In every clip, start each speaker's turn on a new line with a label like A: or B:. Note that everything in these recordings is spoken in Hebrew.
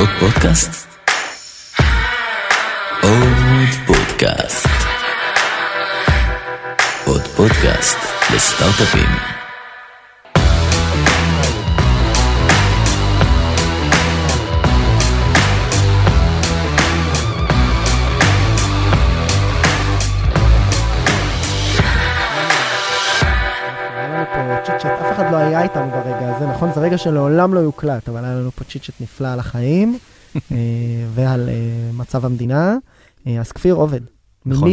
A: עוד פודקאסט? עוד פודקאסט. עוד פודקאסט לסטארט-אפים.
B: אף אחד לא היה איתנו ברגע הזה, נכון? זה רגע שלעולם לא יוקלט, אבל היה לנו פה צ'יט נפלא על החיים ועל מצב המדינה. אז כפיר עובד.
C: נכון.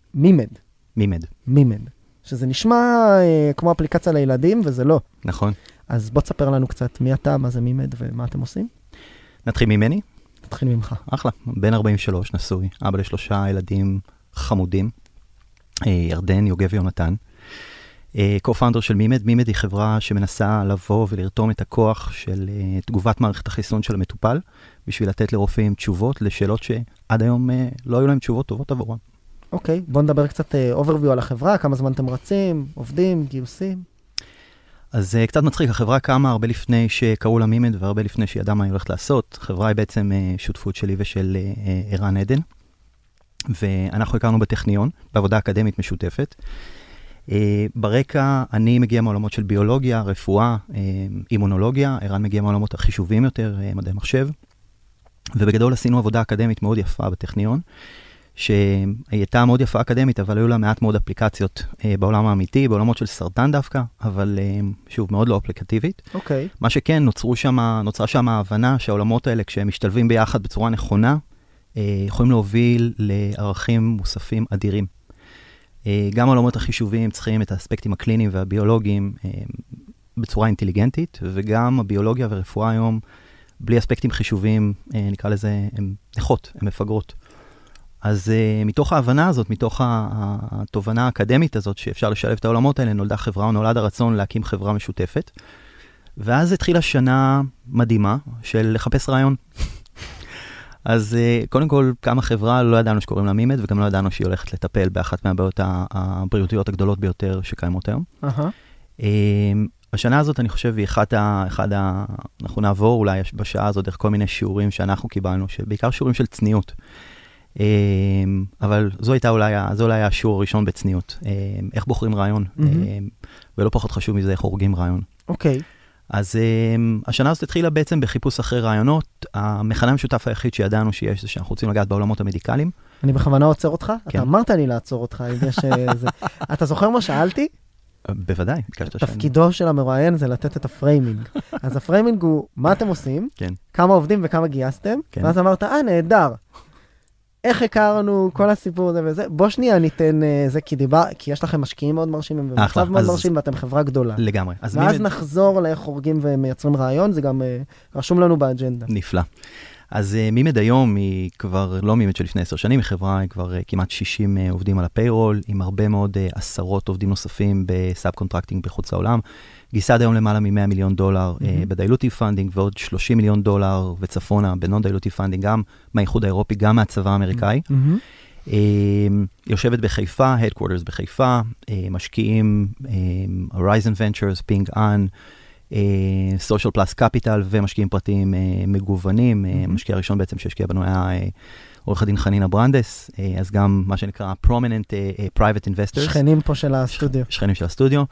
B: מימד. שזה נשמע כמו אפליקציה לילדים, וזה לא.
C: נכון.
B: אז בוא תספר לנו קצת מי אתה, מה זה מימד ומה אתם עושים.
C: נתחיל ממני?
B: נתחיל ממך.
C: אחלה. בן 43, נשוי, אבא ל3 ילדים חמודים, ירדן, יוגב ויונתן. co-founder של מימד. מימד היא חברה שמנסה לבוא ולרתום את הכוח של תגובת מערכת החיסון של המטופל, בשביל לתת לרופאים תשובות לשאלות שעד היום לא היו להם תשובות טובות עבורם.
B: אוקיי, בוא נדבר קצת overview על החברה, כמה זמן אתם רצים, עובדים, גיוסים.
C: אז קצת מצחיק, החברה קמה הרבה לפני שקראו לה מימד, והרבה לפני שידעה מה היא הולכת לעשות. החברה היא בעצם שותפות שלי ושל ערן עדן, ואנחנו הכרנו בטכניון, בעבודה אקדמית משותפת. ברקע אני מגיע מעולמות של ביולוגיה, רפואה, אימונולוגיה, ערן מגיע מעולמות החישובים יותר, מדעי מחשב, ובגדול עשינו עבודה אקדמית מאוד יפה בטכניון, שהייתה מאוד יפה אקדמית, אבל היו לה מעט מאוד אפליקציות בעולם האמיתי, בעולמות של סרטן דווקא, אבל שוב, מאוד לא אפליקטיבית.
B: אוקיי.
C: מה שכן, נוצרה שם ההבנה שהעולמות האלה, כשהם משתלבים ביחד בצורה נכונה, יכולים להוביל לערכים מוספים אדירים. גם העולמות החישוביים צריכים את האספקטים הקליניים והביולוגיים בצורה אינטליגנטית, וגם הביולוגיה ורפואה היום, בלי אספקטים חישוביים, נקרא לזה, הן נכות, הן מפגרות. אז מתוך ההבנה הזאת, מתוך התובנה האקדמית הזאת, שאפשר לשלב את העולמות האלה, נולדה חברה, או נולד הרצון להקים חברה משותפת. ואז התחילה שנה מדהימה של לחפש רעיון. אז קודם כל, כמה חברה, לא ידענו שקוראים לה מימד, וגם לא ידענו שהיא הולכת לטפל באחת מהבעיות הבריאותיות הגדולות ביותר שקיימות היום. השנה הזאת, אני חושב, היא אנחנו נעבור אולי בשעה הזאת דרך כל מיני שיעורים שאנחנו קיבלנו, בעיקר שיעורים של צניעות. אבל זה אולי השיעור הראשון בצניעות. איך בוחרים רעיון, ולא פחות חשוב מזה, איך הורגים רעיון.
B: אוקיי.
C: אז השנה הזאת התחילה בעצם בחיפוש אחרי רעיונות. המכנה המשותף היחיד שידענו שיש זה שאנחנו רוצים לגעת בעולמות המדיקליים.
B: אני בכוונה עוצר אותך?
C: כן.
B: אתה אמרת לי לעצור אותך. אתה זוכר מה שאלתי?
C: בוודאי.
B: תפקידו של המרואיין זה לתת את הפריימינג. אז הפריימינג הוא מה אתם עושים,
C: כן.
B: כמה עובדים וכמה גייסתם,
C: כן.
B: ואז אמרת, נהדר. איך הכרנו, כל הסיפור הזה וזה. בוא שנייה ניתן זה, כי יש לכם משקיעים מאוד מרשימים, ומצב מאוד מרשים, ואתם חברה גדולה.
C: לגמרי.
B: ואז נחזור לאיך הורגים ומייצרים רעיון, זה גם רשום לנו באג'נדה.
C: נפלא. אז מימד היום היא כבר לא מימד של לפני 10 שנים, היא חברה, היא כבר כמעט 60 עובדים על הפיירול, עם הרבה מאוד עשרות עובדים נוספים בסאב קונטרקטינג בחוץ לעולם. גייסה עד היום למעלה מ$100 מיליון בדיילוטיב פנדינג, ועוד $30 מיליון וצפונה בנון דיילוטיב פנדינג, גם מהאיחוד האירופי, גם מהצבא האמריקאי. יושבת בחיפה, headquarters בחיפה, משקיעים Horizon Ventures, Ping An, Social Plus Capital, ומשקיעים פרטיים מגוונים. המשקיע הראשון בעצם שהשקיע בנו היה עורך הדין חנינה ברנדס, אז גם מה שנקרא Prominent Private Investors. שכנים
B: פה של הסטודיו.
C: שכנים של הסטודיו.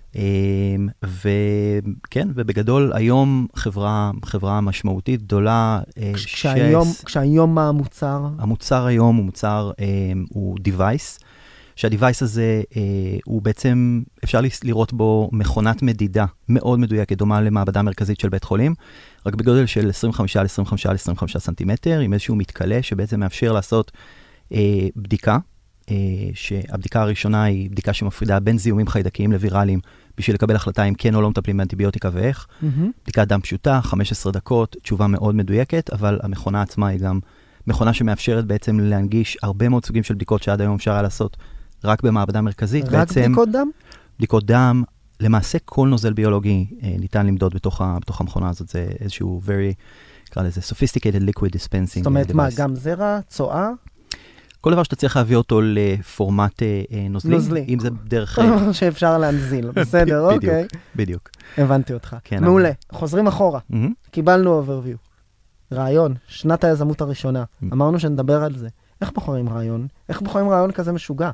C: וכן, ובגדול היום חברה משמעותית גדולה.
B: כשהיום מה המוצר?
C: המוצר היום הוא מוצר, הוא device, שהדיווייס הזה הוא בעצם, אפשר לראות בו מכונת מדידה מאוד מדויקת, דומה למעבדה מרכזית של בית חולים, רק בגודל של 25 על 25 על 25 סנטימטר, עם איזשהו מתקלה שבעצם מאפשר לעשות בדיקה, שהבדיקה הראשונה היא בדיקה שמפרידה בין זיהומים חיידקיים לווירליים, בשביל לקבל החלטה אם כן או לא מטפלים באנטיביוטיקה ואיך. בדיקת דם פשוטה, 15 דקות, תשובה מאוד מדויקת, אבל המכונה עצמה היא גם מכונה שמאפשרת בעצם להנגיש הרבה מאוד סוגים של בדיקות שעד היום אפשר היה לעשות רק במעבדה מרכזית.
B: רק בדיקות דם?
C: בדיקות דם, למעשה כל נוזל ביולוגי ניתן למדוד בתוך המכונה הזאת, זה איזשהו נקרא לזה sophisticated liquid dispensing.
B: זאת אומרת מה, גם זרע, צואה?
C: כל דבר שאתה צריך להביא אותו לפורמט נוזלי, אם זה דרך...
B: שאפשר להנזיל, בסדר, אוקיי.
C: בדיוק.
B: הבנתי אותך. מעולה, חוזרים אחורה, קיבלנו overview. רעיון, שנת היזמות הראשונה. אמרנו שנדבר על זה. איך בוחרים רעיון? איך בוחרים רעיון כזה משוגע?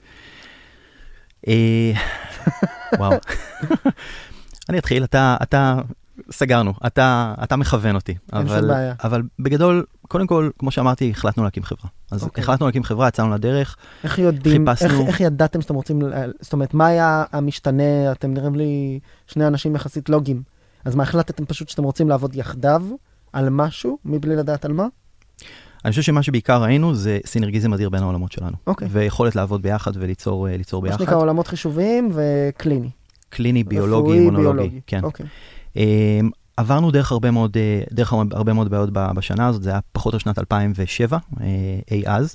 C: וואו. אני אתחיל, אתה סגרנו, אתה מכוון אותי.
B: אין שום בעיה.
C: אבל בגדול, קודם כל, כמו שאמרתי, החלטנו להקים חברה. אז החלטנו להקים חברה, יצאנו לדרך, חיפשנו...
B: איך ידעתם שאתם רוצים, זאת אומרת, מה היה המשתנה? אתם נראים לי שני אנשים יחסית לוגיים. אז מה, החלטתם פשוט שאתם רוצים לעבוד יחדיו על משהו, מבלי לדעת על מה?
C: אני חושב שמה שבעיקר ראינו זה סינרגיזם אדיר בין העולמות שלנו. ויכולת לעבוד ביחד וליצור ביחד.
B: מה שנקרא עולמות חישוביים וקליני.
C: קליני, ביולוגי, אימונולוגי. כן. עברנו דרך הרבה מאוד בעיות בשנה הזאת, זה היה פחות או שנת 2007, אי אז.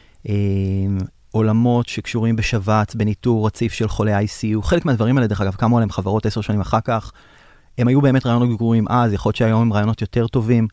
C: עולמות שקשורים בשבץ, בניטור רציף של חולי ICU, חלק מהדברים האלה, דרך אגב, קמו עליהם חברות 10 שנים אחר כך, הם היו באמת רעיונות גרועים אז, יכול להיות שהיום הם רעיונות יותר טובים.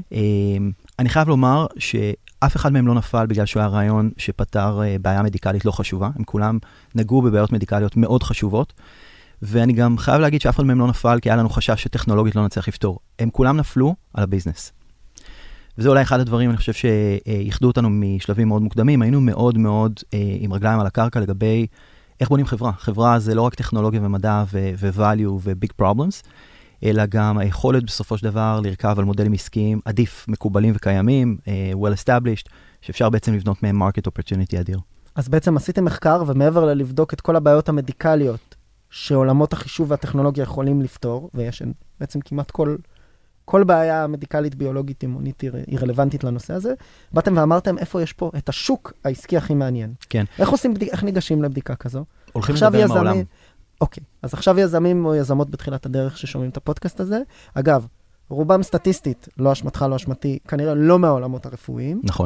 C: אני חייב לומר שאף אחד מהם לא נפל בגלל שהוא היה רעיון שפתר בעיה מדיקלית לא חשובה, הם כולם נגעו בבעיות מדיקליות מאוד חשובות, ואני גם חייב להגיד שאף אחד מהם לא נפל, כי היה לנו חשש שטכנולוגית לא נצליח לפתור. הם כולם נפלו על הביזנס. וזה אולי אחד הדברים, אני חושב שיחדו אותנו משלבים מאוד מוקדמים, היינו מאוד מאוד עם רגליים על הקרקע לגבי איך בונים חברה. חברה זה לא רק טכנולוגיה ומדע ו-value ו-big problems, אלא גם היכולת בסופו של דבר לרכב על מודלים עסקיים עדיף, מקובלים וקיימים, well established, שאפשר בעצם לבנות מהם market opportunity אדיר.
B: אז בעצם עשיתם מחקר, ומעבר ללבדוק את כל הבעיות המדיקליות שעולמות החישוב והטכנולוגיה יכולים לפתור, ויש בעצם כמעט כל בעיה מדיקלית, ביולוגית, אימונית היא רלוונטית לנושא הזה, באתם ואמרתם איפה יש פה את השוק העסקי הכי מעניין.
C: כן.
B: איך ניגשים לבדיקה כזו?
C: הולכים לדבר עם העולם.
B: אוקיי, אז עכשיו יזמים או יזמות בתחילת הדרך ששומעים את הפודקאסט הזה. אגב, רובם סטטיסטית, לא אשמתך, לא אשמתי, כנראה לא מהעולמות הרפואיים.
C: נכון.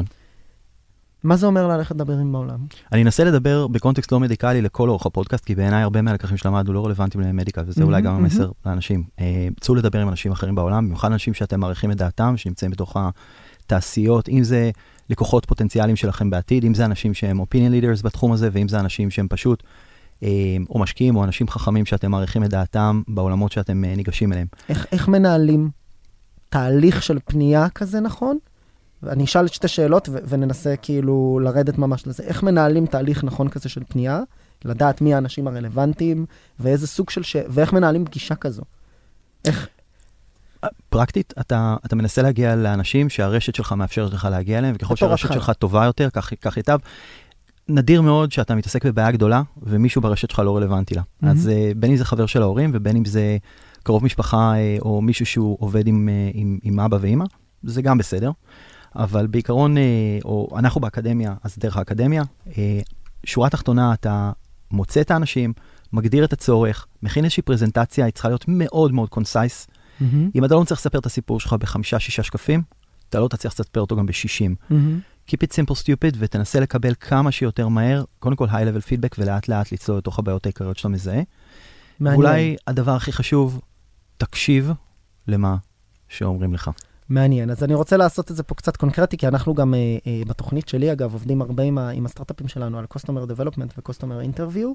B: מה זה אומר ללכת לדבר עם העולם?
C: אני אנסה לדבר בקונטקסט לא מדיקלי לכל אורך הפודקאסט, כי בעיניי הרבה מהלקחים שלמדנו לא רלוונטיים למדיקה, וזה אולי גם המסר לאנשים. צאו לדבר עם אנשים אחרים בעולם, במיוחד אנשים שאתם מעריכים את דעתם, שנמצאים בתוך התעשיות, אם זה לקוחות פוטנציאליים שלכם בעתיד, אם זה אנשים שהם opinion leaders בתחום הזה, ואם זה אנשים שהם פשוט או משקיעים, או אנשים חכמים שאתם מעריכים את דעתם בעולמות שאתם ניגשים אליהם.
B: איך מנהלים תהליך של פנייה כזה, נכון? אני אשאל את שתי שאלות וננסה כאילו לרדת ממש לזה. איך מנהלים תהליך נכון כזה של פנייה? לדעת מי האנשים הרלוונטיים, ואיזה סוג ואיך מנהלים פגישה כזו? איך?
C: פרקטית, אתה מנסה להגיע לאנשים שהרשת שלך מאפשרת לך להגיע אליהם, וככל שהרשת שלך טובה יותר, כך ייטב. נדיר מאוד שאתה מתעסק בבעיה גדולה, ומישהו ברשת שלך לא רלוונטי לה. אז בין אם זה חבר של ההורים, ובין אם זה קרוב משפחה, או מישהו שהוא עובד עם אבא ואמא, זה גם בסדר. אבל בעיקרון, או אנחנו באקדמיה, אז דרך האקדמיה, שורה תחתונה, אתה מוצא את האנשים, מגדיר את הצורך, מכין איזושהי פרזנטציה, היא צריכה להיות מאוד מאוד קונסייס. אם אתה לא צריך לספר את הסיפור שלך ב5-6 שקפים, אתה לא תצליח לספר אותו גם ב60. Keep it simple stupid, ותנסה לקבל כמה שיותר מהר, קודם כל high level feedback, ולאט לאט ליצור לתוך הבעיות העיקריות שאתה מזהה. ואולי הדבר הכי חשוב, תקשיב למה שאומרים לך.
B: מעניין. אז אני רוצה לעשות את זה פה קצת קונקרטי, כי אנחנו גם בתוכנית שלי, אגב, עובדים הרבה עם הסטארט-אפים שלנו על Customer Development ו-Customer Interview.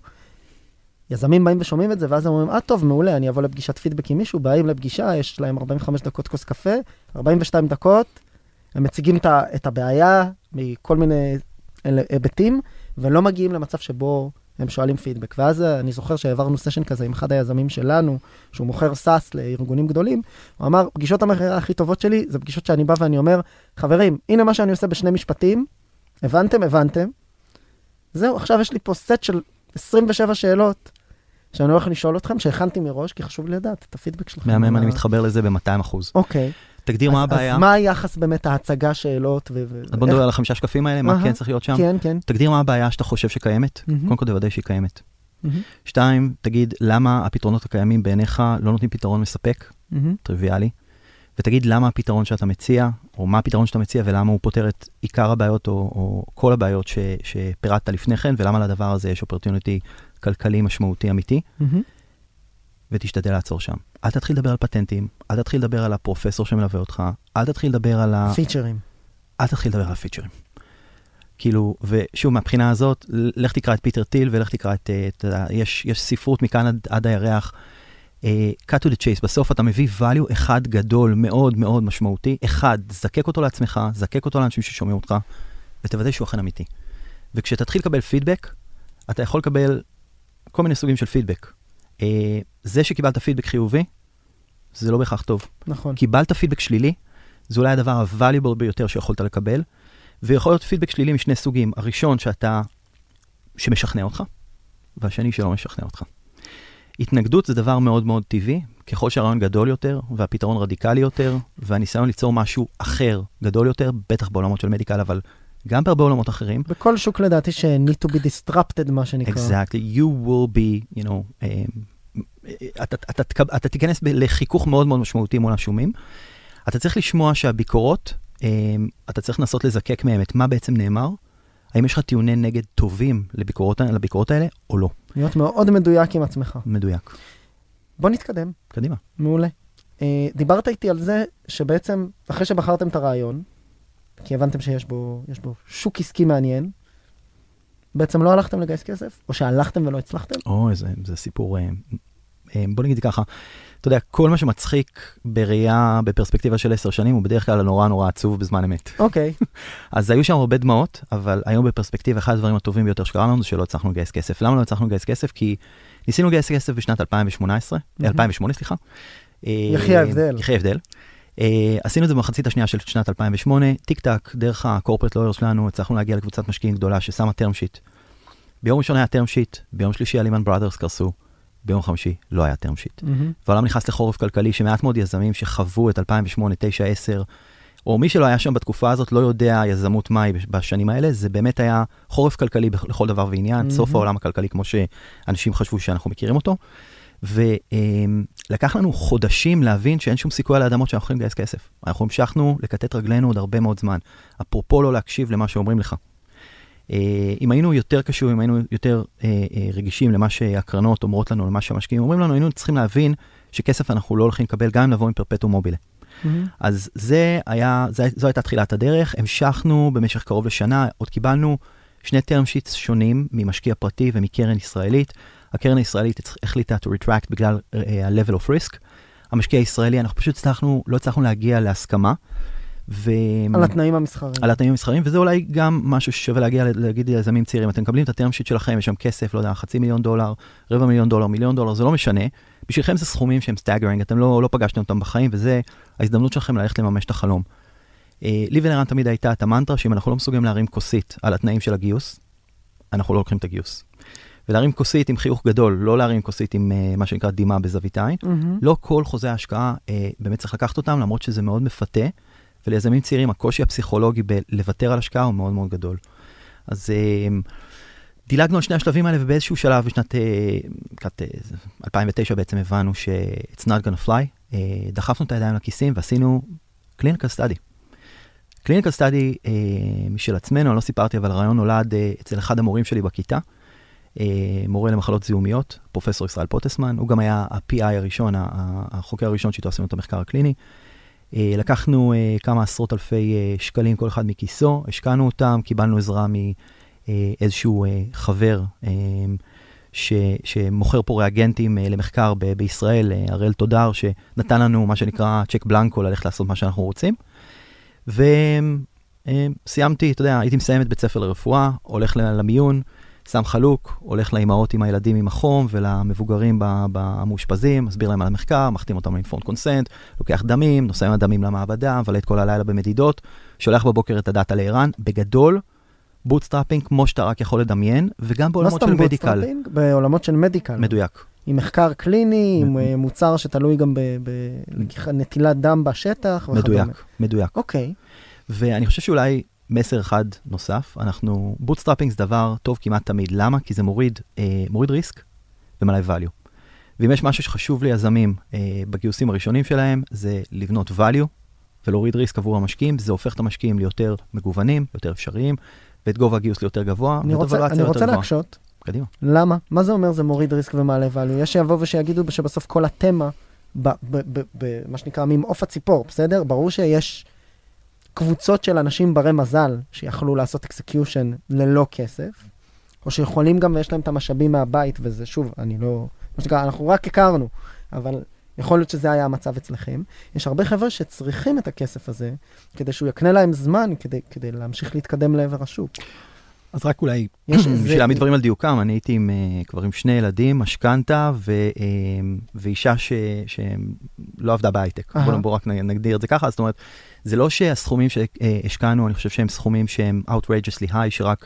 B: יזמים באים ושומעים את זה, ואז הם אומרים, טוב, מעולה, אני אבוא לפגישת פידבק עם מישהו, באים לפגישה, יש להם 45 דקות כוס קפה, 42 דקות, הם מציגים את הבעיה מכל מיני היבטים, ולא מגיעים למצב שבו הם שואלים פידבק. ואז אני זוכר שהעברנו סשן כזה עם אחד היזמים שלנו, שהוא מוכר סאס לארגונים גדולים, הוא אמר, פגישות המחירה הכי טובות שלי, זה פגישות שאני בא ואני אומר, חברים, הנה מה שאני עושה בשני משפטים, הבנתם? זהו, עכשיו יש לי פה סט של 27 שאלות, שאני הולך לשאול אתכם, שהכנתי מראש, כי חשוב לי לדעת את הפידבק שלכם.
C: מהמם, אני מתחבר לזה ב-200%.
B: אוקיי.
C: תגדיר מה הבעיה.
B: אז מה היחש באמת ההצגה, שאלות
C: אז בוא נדבר על 5 שקפים האלה, מה כן צריך להיות שם.
B: כן.
C: תגדיר מה הבעיה שאתה חושב שקיימת, קודם כל תוודא שהיא קיימת. 2, תגיד למה הפתרונות הקיימים בעיניך לא נותנים פתרון מספק, טריוויאלי, ותגיד למה הפתרון שאתה מציע, או מה הפתרון שאתה מציע, ולמה הוא פותר את עיקר הבעיות, או כל הבעיות שפירטת לפני כן, ולמה לדבר הזה יש אופרטיוניטי כלכלי משמעותי אמיתי, ותשתדל לעצור שם. אל תתחיל לדבר על פטנטים, אל תתחיל לדבר על הפרופסור שמלווה אותך, אל תתחיל לדבר על
B: פיצ'רים.
C: אל תתחיל לדבר על הפיצ'רים. כאילו, ושוב, מהבחינה הזאת, לך תקרא את פיטר טיל, ולך תקרא יש ספרות מכאן עד הירח, cut to the chase, בסוף אתה מביא value אחד גדול מאוד מאוד משמעותי, אחד, זקק אותו לעצמך, זקק אותו לאנשים ששומעים אותך, ותוודא שהוא אכן אמיתי. וכשתתחיל לקבל פידבק, אתה יכול לקבל כל מיני סוגים של פידבק. זה שקיבלת פידבק חיובי, זה לא בהכרח טוב.
B: נכון.
C: קיבלת פידבק שלילי, זה אולי הדבר ה-valuable ביותר שיכולת לקבל, ויכול להיות פידבק שלילי משני סוגים. הראשון שמשכנע אותך, והשני שלא משכנע אותך. התנגדות זה דבר מאוד מאוד טבעי, ככל שהרעיון גדול יותר, והפתרון רדיקלי יותר, והניסיון ליצור משהו אחר גדול יותר, בטח בעולמות של מדיקל, אבל גם בעולמות אחרים.
B: בכל שוק לדעתי ש-need to be disrupted, מה שנקרא.
C: Exactly. You will be, you know, אתה תיכנס לחיכוך מאוד מאוד משמעותי מול השומעים. אתה צריך לשמוע שהביקורות, אתה צריך לנסות לזקק מהם את מה בעצם נאמר, האם יש לך טיעוני נגד טובים לביקורות האלה, או לא.
B: להיות מאוד מדויק עם עצמך.
C: מדויק.
B: בוא נתקדם.
C: קדימה.
B: מעולה. דיברת איתי על זה שבעצם, אחרי שבחרתם את הרעיון, כי הבנתם שיש בו שוק עסקי מעניין, בעצם לא הלכתם לגייס כסף, או שהלכתם ולא הצלחתם?
C: זה סיפור, בוא נגיד ככה, אתה יודע, כל מה שמצחיק בראייה, בפרספקטיבה של 10 שנים, הוא בדרך כלל נורא נורא עצוב בזמן אמת.
B: אוקיי.
C: אז היו שם הרבה דמעות, אבל היום בפרספקטיבה, אחד הדברים הטובים ביותר שקרה לנו, זה שלא הצלחנו לגייס כסף. למה לא הצלחנו לגייס כסף? כי ניסינו לגייס כסף בשנת 2008, סליחה.
B: יחי ההבדל.
C: יחי ההבדל. עשינו את זה במחצית השנייה של שנת 2008, טיק טק, דרך הקורפרט לוייר שלנו, הצלחנו להגיע לקבוצת משקיעים גדולה ששמה טרם שיט. ביום ראשון היה טרם שיט, ביום שלישי הלימן בראדרס קרסו, ביום חמישי לא היה טרם שיט. והעולם נכנס לחורף כלכלי שמעט מאוד יזמים שחוו את 2008, 9, 10, או מי שלא היה שם בתקופה הזאת לא יודע יזמות מהי בשנים האלה, זה באמת היה חורף כלכלי לכל דבר ועניין, סוף העולם הכלכלי כמו שאנשים חשבו שאנחנו מכירים אותו. ולקח לנו חודשים להבין שאין שום סיכוי על האדמות שאנחנו יכולים לגייס כסף. אנחנו המשכנו לקטט רגלינו עוד הרבה מאוד זמן. אפרופו לא להקשיב למה שאומרים לך. אם היינו יותר קשובים, אם היינו יותר רגישים למה שהקרנות אומרות לנו, למה שהמשקיעים אומרים לנו, היינו צריכים להבין שכסף אנחנו לא הולכים לקבל גם אם נבוא עם פרפטום מובילה. אז זו הייתה תחילת הדרך. המשכנו במשך קרוב לשנה, עוד קיבלנו 2 טרם שיטס שונים ממשקיע פרטי ומקרן ישראלית. הקרן הישראלית החליטה to retract בגלל ה-level of risk. המשקיע הישראלי, אנחנו פשוט לא הצלחנו להגיע להסכמה.
B: על התנאים המסחריים.
C: על התנאים המסחריים, וזה אולי גם משהו ששווה להגיד ליזמים צעירים. אתם מקבלים את הטרם שיט שלכם, יש שם כסף, לא יודע, $500,000, $250,000, $1,000,000, זה לא משנה. בשבילכם זה סכומים שהם staggering, אתם לא פגשתם אותם בחיים, וזה ההזדמנות שלכם ללכת לממש את החלום. לי ולרן תמיד הייתה את המנטרה, שאם אנחנו לא מסוגלים להרים כוסית על התנאים של הגיוס, אנחנו לא לוקחים את הגיוס. ולהרים כוסית עם חיוך גדול, לא להרים כוסית עם מה שנקרא דימה בזווית עין. לא כל חוזי ההשקעה באמת צריך לקחת אותם, למרות שזה מאוד מפתה, וליזמים צעירים, הקושי הפסיכולוגי בלוותר על השקעה הוא מאוד מאוד גדול. אז דילגנו על שני השלבים האלה, ובאיזשהו שלב בשנת 2009 בעצם הבנו ש-it's not gonna fly, דחפנו את הידיים לכיסים ועשינו clinical study. clinical study משל עצמנו, אני לא סיפרתי, אבל הרעיון נולד אצל אחד המורים שלי בכיתה, מורה למחלות זיהומיות, פרופסור ישראל פוטסמן, הוא גם היה ה-PI הראשון, החוקר הראשון שאיתו עשינו את המחקר הקליני. לקחנו כמה עשרות אלפי שקלים כל אחד מכיסו, השקענו אותם, קיבלנו עזרה מאיזשהו חבר שמוכר פה ריאגנטים למחקר בישראל, הראל תודר, שנתן לנו מה שנקרא צ'ק בלנקו ללכת לעשות מה שאנחנו רוצים. וסיימתי, אתה יודע, הייתי מסיים את בית ספר לרפואה, הולך למיון, שם חלוק, הולך לאימהות עם הילדים עם החום, ולמבוגרים במאושפזים, מסביר להם על המחקר, מחתים אותם לאינפורמד קונסנט, לוקח דמים, נוסע עם הדמים למעבדה, ולט כל הלילה במדידות, שולח בבוקר את הדאטה לערן, בגדול, בוטסטראפינג, כמו שאתה רק יכול לדמיין, וגם בעולמות של מדיקל.
B: מה סתם בוטסטראפינג? בעולמות של מדיקל.
C: מדויק.
B: עם מחקר קליני, עם מוצר שתלוי גם בנטילת דם בשטח.
C: מדויק.
B: אוקיי.
C: ואני חושב שאולי מסר אחד נוסף, בוטסטראפינג זה דבר טוב כמעט תמיד. למה? כי זה מוריד ריסק ומלא value. ואם יש משהו שחשוב ליזמים בגיוסים הראשונים שלהם, זה לבנות value ולהוריד ריסק עבור המשקיעים. זה הופך את המשקיעים ליותר מגוונים, יותר אפשריים, ואת גובה הגיוס ליותר גבוה.
B: אני רוצה להקשות.
C: קדימה.
B: למה? מה זה אומר זה מוריד ריסק ומעלה value? יש שיבוא ושיגידו שבסוף כל התמה, מה שנקרא ממעוף הציפור, בסדר? ברור שיש קבוצות של אנשים ברי מזל שיכלו לעשות אקסקיושן ללא כסף, או שיכולים גם ויש להם את המשאבים מהבית, וזה שוב, אני לא, מה שנקרא, אנחנו רק הכרנו, אבל יכול להיות שזה היה המצב אצלכם. יש הרבה חבר'ה שצריכים את הכסף הזה, כדי שהוא יקנה להם זמן, כדי להמשיך להתקדם לעבר השוק.
C: אז רק אולי, בשביל להעמיד דברים על דיוקם, אני הייתי כבר עם 2 ילדים, משכנתה, ואישה שלא עבדה בהייטק. בואו רק נגדיר את זה ככה, זאת אומרת, זה לא שהסכומים שהשקענו, אני חושב שהם סכומים שהם outrageously high, שרק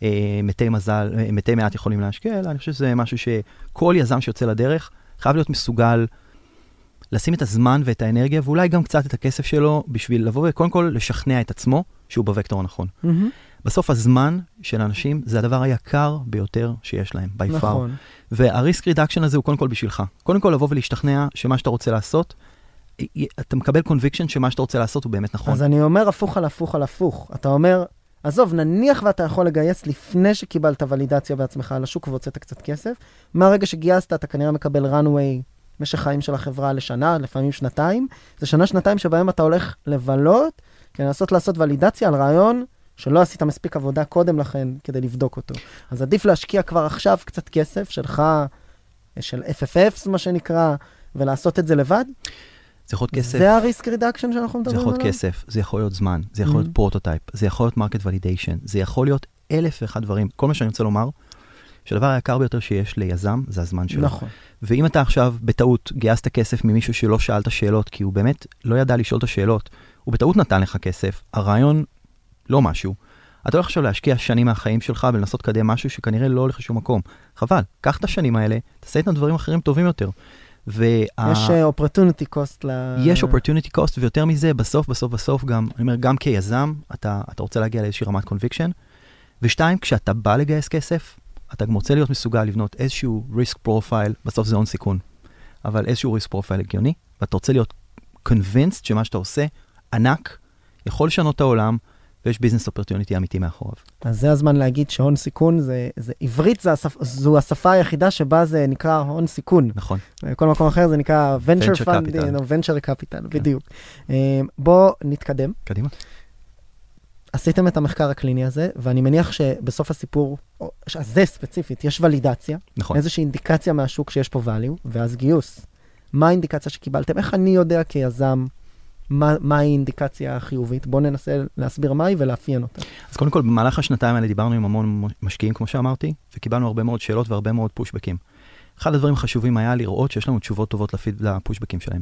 C: מתי מעט יכולים להשקיע, אלא אני חושב שזה משהו שכל יזם שיוצא לדרך, חייב להיות מסוגל לשים את הזמן ואת האנרגיה, ואולי גם קצת את הכסף שלו, בשביל לבוא וקודם כל לשכנע את עצמו, שהוא בווקטור הנכון. בסוף הזמן של אנשים זה הדבר היקר ביותר שיש להם, by far.
B: נכון.
C: והריסק רידקשן הזה הוא קודם כל בשבילך. קודם כל לבוא ולהשתכנע שמה שאתה רוצה לעשות, אתה מקבל קונביקשן שמה שאתה רוצה לעשות הוא באמת נכון.
B: אז אני אומר הפוך על הפוך על הפוך. אתה אומר, עזוב, נניח ואתה יכול לגייס לפני שקיבלת ולידציה בעצמך על השוק והוצאת קצת כסף. מהרגע שגייסת אתה כנראה מקבל runway משך חיים של החברה לשנה, לפעמים שנתיים. זה שנה-שנתיים שבהם אתה הולך לבלות, כדי לעשות ולידציה על רעיון שלא עשית מספיק עבודה קודם לכן כדי לבדוק אותו. אז עדיף להשקיע כבר עכשיו קצת כסף שלך, של FFFs מה שנקרא, ולעשות את זה לבד.
C: זה יכול להיות כסף.
B: זה הריסק רידקשן שאנחנו מדברים עליו?
C: זה יכול להיות כסף, זה יכול להיות זמן, זה יכול להיות פרוטוטייפ, זה יכול להיות מרקט ולידיישן, זה יכול להיות 1,001 דברים. כל מה שאני רוצה לומר, שהדבר היקר ביותר שיש ליזם, זה הזמן שלו.
B: נכון.
C: ואם אתה עכשיו בטעות גייסת כסף ממישהו שלא שאל את השאלות, כי הוא באמת לא ידע לשאול את השאלות, הוא בטעות נתן לך כסף, הרעיון לא משהו. אתה הולך עכשיו להשקיע שנים מהחיים שלך ולנסות לקדם משהו שכנראה לא הולך לשום מקום. חבל, קח את השנים האלה, תעשה את הדברים אחרים טובים יותר.
B: יש opportunity cost
C: יש opportunity cost, ויותר מזה, בסוף גם, אני אומר, גם כיזם, אתה רוצה להגיע לאיזושהי רמת conviction, ושתיים, כשאתה בא לגייס כסף, אתה גם רוצה להיות מסוגל לבנות איזשהו risk profile, בסוף זה הון סיכון, אבל איזשהו risk profile הגיוני, ואתה רוצה להיות convinced שמה שאתה עושה, ענק, יכול לשנות את העולם, ויש ביזנס אופרטיוניטי אמיתי מאחוריו.
B: אז זה הזמן להגיד שהון סיכון, עברית זו השפה היחידה שבה זה נקרא הון סיכון.
C: נכון.
B: כל מקום אחר זה נקרא venture funding או venture capital, בדיוק. בוא נתקדם.
C: קדימה.
B: עשיתם את המחקר הקליני הזה, ואני מניח שבסוף הסיפור, הזה ספציפית, יש ולידציה.
C: נכון.
B: איזושהי אינדיקציה מהשוק שיש פה value, ואז גיוס. מה האינדיקציה שקיבלתם? איך אני יודע כיזם מה האינדיקציה החיובית? בואו ננסה להסביר מהי ולאפיין אותה.
C: אז קודם כל, במהלך השנתיים האלה דיברנו עם המון משקיעים, כמו שאמרתי, וקיבלנו הרבה מאוד שאלות והרבה מאוד פושבקים. אחד הדברים החשובים היה לראות שיש לנו תשובות טובות לפושבקים שלהם.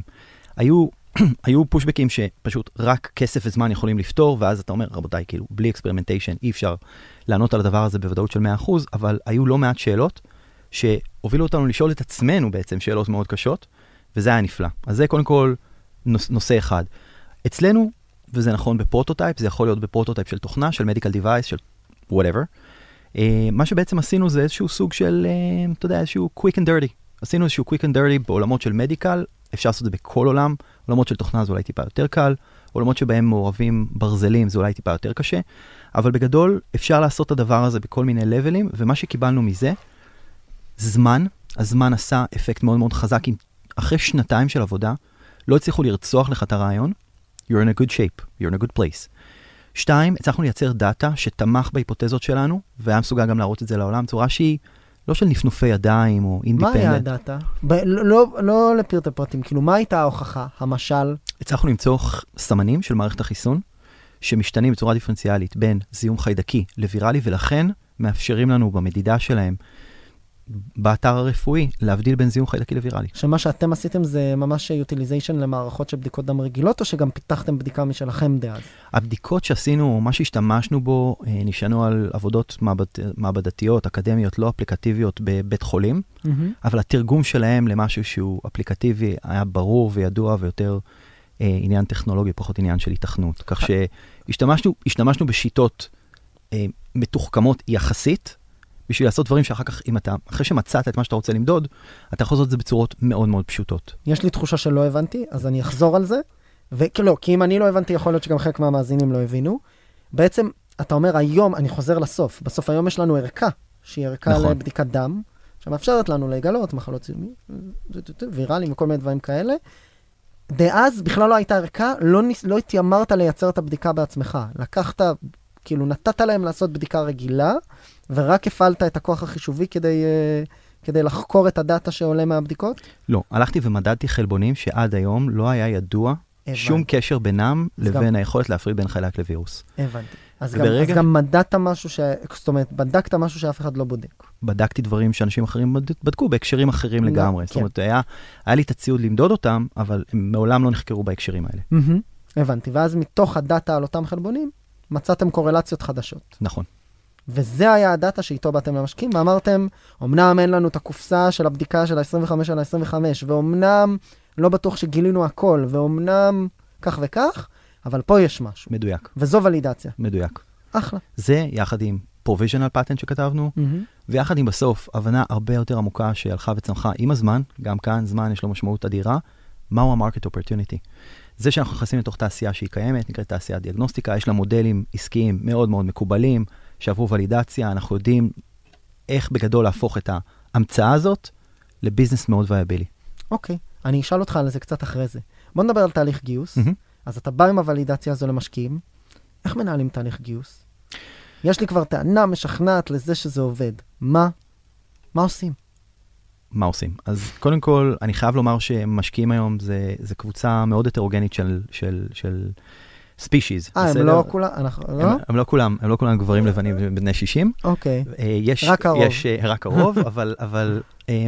C: היו פושבקים שפשוט רק כסף וזמן יכולים לפתור, ואז אתה אומר, רבותיי, כאילו, בלי אקספרימנטיישן, אי אפשר לענות על הדבר הזה בוודאות של 100%, אבל היו לא מעט שאלות שהובילו אותנו לשאול את עצמנו בעצם שאלות מאוד קשות, וזה היה נפלא. אז זה קודם כל נושא אחד. אצלנו, וזה נכון בפרוטוטייפ, זה יכול להיות בפרוטוטייפ של תוכנה, של medical device, של whatever. מה שבעצם עשינו זה איזשהו סוג של, אתה יודע, איזשהו quick and dirty. עשינו איזשהו quick and dirty בעולמות של medical, אפשר לעשות את זה בכל עולם, עולמות של תוכנה זה אולי טיפה יותר קל, עולמות שבהם מעורבים ברזלים זה אולי טיפה יותר קשה, אבל בגדול אפשר לעשות את הדבר הזה בכל מיני לבלים, ומה שקיבלנו מזה, זמן, הזמן עשה אפקט מאוד מאוד חזק, אחרי שנתיים של עבודה, לא הצליחו לרצוח לך את הרעיון, you're in a good shape, you're in a good place. 2, הצלחנו לייצר דאטה שתמך בהיפותזות שלנו, והיה מסוגל גם להראות את זה לעולם, צורה שהיא לא של נפנופי ידיים או אינדיפנדנט.
B: מה היה הדאטה? לא לפרטי פרטים, כאילו מה הייתה ההוכחה, המשל?
C: הצלחנו למצוא סמנים של מערכת החיסון, שמשתנים בצורה דיפרנציאלית בין זיהום חיידקי לוויראלי, ולכן מאפשרים לנו במדידה שלהם, באתר הרפואי, להבדיל בין זיהום חיידקי לוויראלי.
B: שמה שאתם עשיתם זה ממש utilization למערכות של בדיקות דם רגילות, או שגם פיתחתם בדיקה משלכם דאז?
C: הבדיקות שעשינו, מה שהשתמשנו בו, נשענו על עבודות מעבדתיות, אקדמיות, לא אפליקטיביות בבית חולים, אבל התרגום שלהם למשהו שהוא אפליקטיבי היה ברור וידוע ויותר עניין טכנולוגי, פחות עניין של התכנות. כך שהשתמשנו בשיטות מתוחכמות יחסית, בשביל לעשות דברים שאחר כך, אחרי שמצאת את מה שאתה רוצה למדוד, אתה יכול לעשות את זה בצורות מאוד מאוד פשוטות.
B: יש לי תחושה שלא הבנתי, אז אני אחזור על זה. ולא, כי אם אני לא הבנתי, יכול להיות שגם חלק מהמאזינים לא הבינו. בעצם, אתה אומר, היום, אני חוזר לסוף. בסוף היום יש לנו ערכה, שהיא ערכה נכון. לבדיקת דם, שמאפשרת לנו לגלות מחלות זיהומיות, ויראליים וכל מיני דברים כאלה. דאז בכלל לא הייתה ערכה, לא התיימרת לייצר את הבדיקה בעצמך. לקחת, כאילו נתת להם לעשות בדיקה רגילה, ורק הפעלת את הכוח החישובי כדי לחקור את הדאטה שעולה מהבדיקות?
C: לא, הלכתי ומדדתי חלבונים שעד היום לא היה ידוע שום קשר בינם לבין היכולת להפריד בין חיידק לווירוס.
B: הבנתי. אז גם מדדת משהו זאת אומרת, בדקת משהו שאף אחד לא בודק.
C: בדקתי דברים שאנשים אחרים בדקו בהקשרים אחרים לגמרי. זאת אומרת, היה לי את הציוד למדוד אותם, אבל הם מעולם לא נחקרו בהקשרים האלה.
B: הבנתי. ואז מתוך הדאטה על אותם חלבונים, מצאתם קורלציות חדשות.
C: נכון.
B: וזה היה הדאטה שאיתו באתם למשקיעים, ואמרתם, אמנם אין לנו את הקופסה של הבדיקה של ה-25 על ה-25, ואומנם לא בטוח שגילינו הכל, ואומנם כך וכך, אבל פה יש משהו.
C: מדויק.
B: וזו ולידציה.
C: מדויק.
B: אחלה.
C: זה יחד עם provisional patent שכתבנו, ויחד עם בסוף הבנה הרבה יותר עמוקה שהלכה וצמחה עם הזמן, גם כאן זמן יש לו משמעות אדירה, מהו ה-market opportunity. זה שאנחנו נכנסים לתוך תעשייה שהיא קיימת, נקראת תעשיית דיאגנוסטיקה, יש לה מודלים עסקיים מאוד מאוד מקובלים, שעברו ולידציה, אנחנו יודעים איך בגדול להפוך את ההמצאה הזאת לביזנס מאוד וייבילי.
B: אוקיי, אני אשאל אותך על זה קצת אחרי זה. בוא נדבר על תהליך גיוס. אז אתה בא עם הוולידציה הזו למשקיעים. איך מנהלים תהליך גיוס? יש לי כבר טענה משכנעת לזה שזה עובד. מה עושים?
C: מה עושים? אז קודם כל, אני חייב לומר שמשקיעים היום זה קבוצה מאוד הטרוגנית של ספישיז.
B: הם לא כולם,
C: הם לא כולם גברים לבנים בני 60.
B: אוקיי.
C: רק הרוב. יש רק הרוב, אבל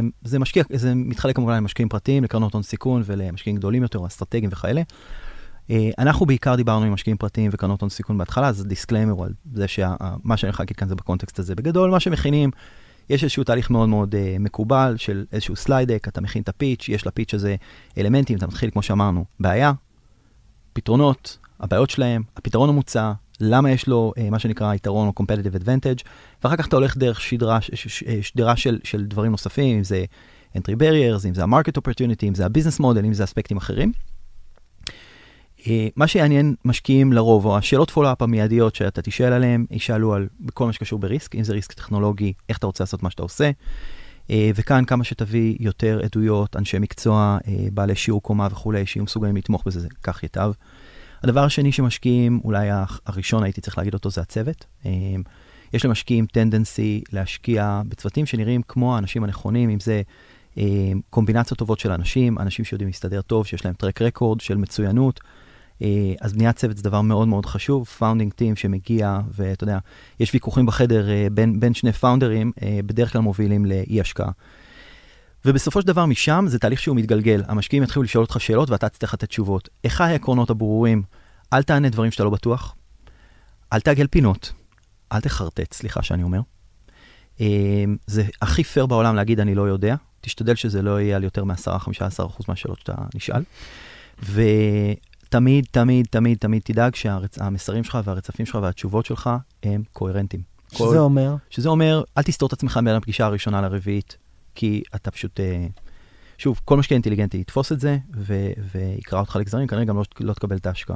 C: זה מתחלק כמובן למשקיעים פרטיים, לקרנות הון סיכון ולמשקיעים גדולים יותר, אסטרטגיים וכאלה. אנחנו בעיקר דיברנו עם משקיעים פרטיים וקרנות הון סיכון בהתחלה, אז דיסקליימר על זה שמה שאני הולך להגיד כאן זה בקונטקסט הזה. בגדול, מה שמכינים, יש איזשהו תהליך מאוד מאוד מקובל של איזשהו סליידק, אתה מכין את הפיץ', יש לפיץ' הזה אלמנטים, אתה מתחיל כמו שאמרנו, בעיה, פתרונות, הבעיות שלהם, הפתרון המוצע, למה יש לו מה שנקרא יתרון או competitive advantage, ואחר כך אתה הולך דרך שדרה של דברים נוספים, אם זה entry barriers, אם זה ה-market opportunity, אם זה ה-business model, אם זה אספקטים אחרים. מה שיעניין משקיעים לרוב, או השאלות פולו-אפ המיידיות שאתה תשאל עליהם, ישאלו על בכל מה שקשור בריסק, אם זה ריסק טכנולוגי, איך אתה רוצה לעשות מה שאתה עושה, וכאן כמה שתביא יותר עדויות, אנשי מקצוע, בעלי שיעור קומה וכו', שיהיו מסוגלים לתמוך בזה, כך ייטב. הדבר השני שמשקיעים, אולי הראשון הייתי צריך להגיד אותו, זה הצוות. יש למשקיעים טנדנסי להשקיע בצוותים שנראים כמו האנשים הנכונים, אם זה קומבינציות טובות של אנשים שיודעים להסתדר טוב, שיש להם טרק רקורד של מצוינות, אז בניית צוות זה דבר מאוד מאוד חשוב, פאונדינג טים שמגיע, ואתה יודע, יש ויכוחים בחדר בין שני פאונדרים, בדרך כלל מובילים לאי השקעה. ובסופו של דבר משם זה תהליך שהוא מתגלגל. המשקיעים יתחילו לשאול אותך שאלות ואתה תצטרך לתת תשובות. איך העקרונות הברורים? אל תענה דברים שאתה לא בטוח. אל תעגל פינות. אל תחרטט, סליחה שאני אומר. זה הכי פייר בעולם להגיד אני לא יודע. תשתדל שזה לא יהיה על יותר מ-10-15% מהשאלות שאתה נשאל. ותמיד, תמיד, תמיד, תמיד תדאג שהמסרים שלך והרצפים שלך והתשובות שלך הם קוהרנטיים.
B: שזה אומר?
C: שזה אומר, אל תסתור את עצמך בין הפגישה הראשונה לרביעית. כי אתה פשוט, שוב, כל משקיע אינטליגנטי יתפוס את זה, ויקרא אותך לגזרים, כנראה גם לא תקבל את ההשקעה.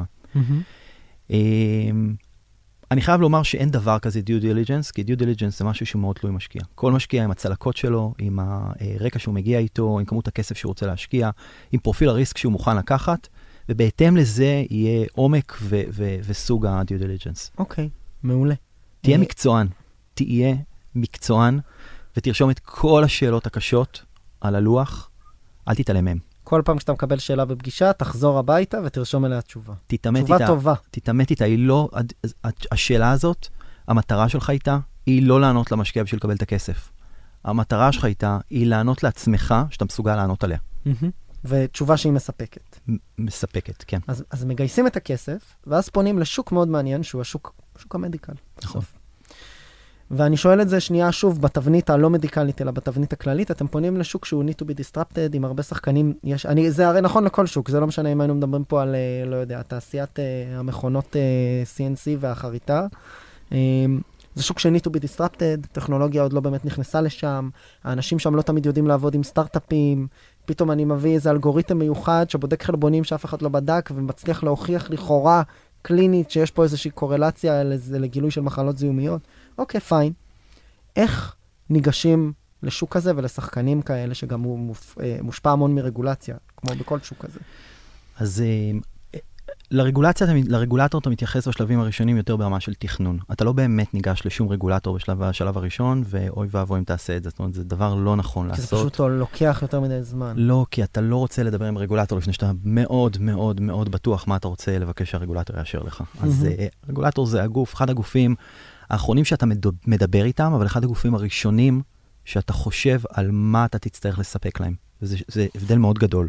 C: אני חייב לומר שאין דבר כזה due diligence, כי due diligence זה משהו שהוא מאוד תלוי משקיע. כל משקיע עם הצלקות שלו, עם הרקע שהוא מגיע איתו, עם כמות הכסף שהוא רוצה להשקיע, עם פרופיל הריסק שהוא מוכן לקחת, ובהתאם לזה יהיה עומק וסוג ה-due diligence.
B: אוקיי, מעולה.
C: תהיה מקצוען, ותרשום את כל השאלות הקשות על הלוח, אל תתעלם מהם.
B: כל פעם כשאתה מקבל שאלה בפגישה, תחזור הביתה ותרשום אליה תשובה.
C: תשובה
B: טובה.
C: תתאמת איתה, השאלה הזאת, המטרה שלך איתה, היא לא לענות למשקיע בשביל לקבל את הכסף. המטרה שלך איתה, היא לענות לעצמך, שאתה מסוגל לענות עליה.
B: ותשובה שהיא מספקת.
C: מספקת, כן.
B: אז מגייסים את הכסף, ואז פונים לשוק מאוד מעניין, שהוא שוק המדיקל.
C: נכון.
B: ואני שואל את זה שנייה שוב, בתבנית הלא מדיקלית, אלא בתבנית הכללית, אתם פונים לשוק שהוא need to be disrupted, עם הרבה שחקנים, זה הרי נכון לכל שוק, זה לא משנה אם היינו מדברים פה על, לא יודע, תעשיית המכונות CNC והחריטה. זה שוק ש need to be disrupted, טכנולוגיה עוד לא באמת נכנסה לשם, האנשים שם לא תמיד יודעים לעבוד עם סטארט-אפים, פתאום אני מביא איזה אלגוריתם מיוחד שבודק חלבונים שאף אחד לא בדק, ומצליח להוכיח לכאורה קלינית שיש פה איזושהי קורלציה לגילוי של מחלות זיהומיות. אוקיי, פיין. איך ניגשים לשוק הזה ולשחקנים כאלה שגם הוא מושפע המון מרגולציה, כמו בכל שוק הזה?
C: אז לרגולטור אתה מתייחס בשלבים הראשונים יותר ברמה של תכנון. אתה לא באמת ניגש לשום רגולטור בשלב הראשון, ואוי ואבוי אם תעשה את זה. זאת אומרת, זה דבר לא נכון לעשות.
B: כי זה פשוט לוקח יותר מדי זמן.
C: לא, כי אתה לא רוצה לדבר עם רגולטור לפני שאתה מאוד מאוד מאוד בטוח מה אתה רוצה לבקש שהרגולטור יאשר לך. אז רגולטור זה אחד הגופים האחרונים שאתה מדבר איתם, אבל אחד הגופים הראשונים שאתה חושב על מה אתה תצטרך לספק להם. זה הבדל מאוד גדול.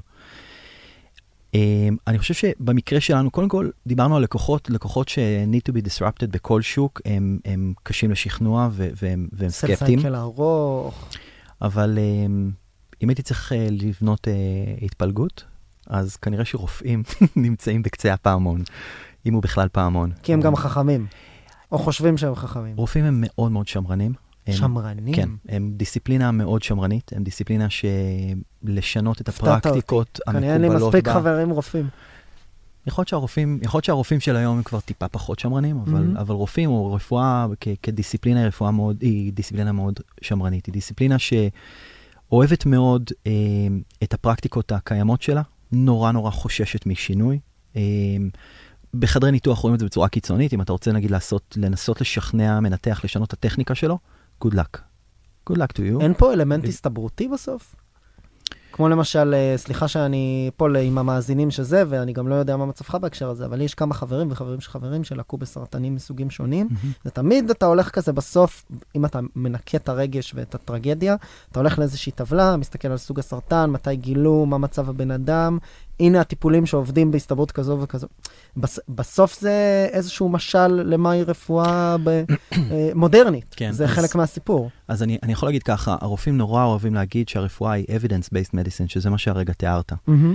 C: אני חושב שבמקרה שלנו, קודם כל, דיברנו על לקוחות ש-need to be disrupted בכל שוק, הם קשים לשכנוע והם סקפטיים.
B: סלסייקל ארוך.
C: אבל אם הייתי צריך לבנות התפלגות, אז כנראה שרופאים נמצאים בקצה הפעמון, אם הוא בכלל פעמון.
B: כי הם גם חכמים, או חושבים שהם חכמים.
C: רופאים הם מאוד מאוד שמרנים.
B: שמרנים?
C: כן, הם דיסציפלינה מאוד שמרנית, הם דיסציפלינה שלשנות את הפרקטיקות המקובלות.
B: כנראה אין לי מספיק חברים רופאים.
C: יכול להיות שהרופאים של היום הם כבר טיפה פחות שמרנים, אבל רופאים או רפואה כדיסציפלינה היא דיסציפלינה מאוד שמרנית. היא דיסציפלינה שאוהבת מאוד את הפרקטיקות הקיימות שלה, נורא נורא חוששת משינוי. בחדרי ניתוח רואים את זה בצורה קיצונית, אם אתה רוצה נגיד לנסות לשכנע מנתח, לשנות את הטכניקה שלו, good luck. good luck to you.
B: אין פה אלמנט הסתברותי בסוף? כמו למשל, סליחה שאני פה עם המאזינים שזה, ואני גם לא יודע מה מצבך בהקשר הזה, אבל יש כמה חברים וחברים של חברים שלקו בסרטנים מסוגים שונים, ותמיד אתה הולך כזה בסוף, אם אתה מנקה את הרגש ואת הטרגדיה, אתה הולך לאיזושהי טבלה, מסתכל על סוג הסרטן, מתי גילו, מה מצב הבן אדם, הנה הטיפולים שעובדים בהסתברות כזו וכזו. בסוף זה איזשהו משל למהי רפואה מודרנית. כן, זה חלק מהסיפור.
C: אז אני יכול להגיד ככה, הרופאים נורא אוהבים להגיד שהרפואה היא evidence-based medicine, שזה מה שהרגע תיארת.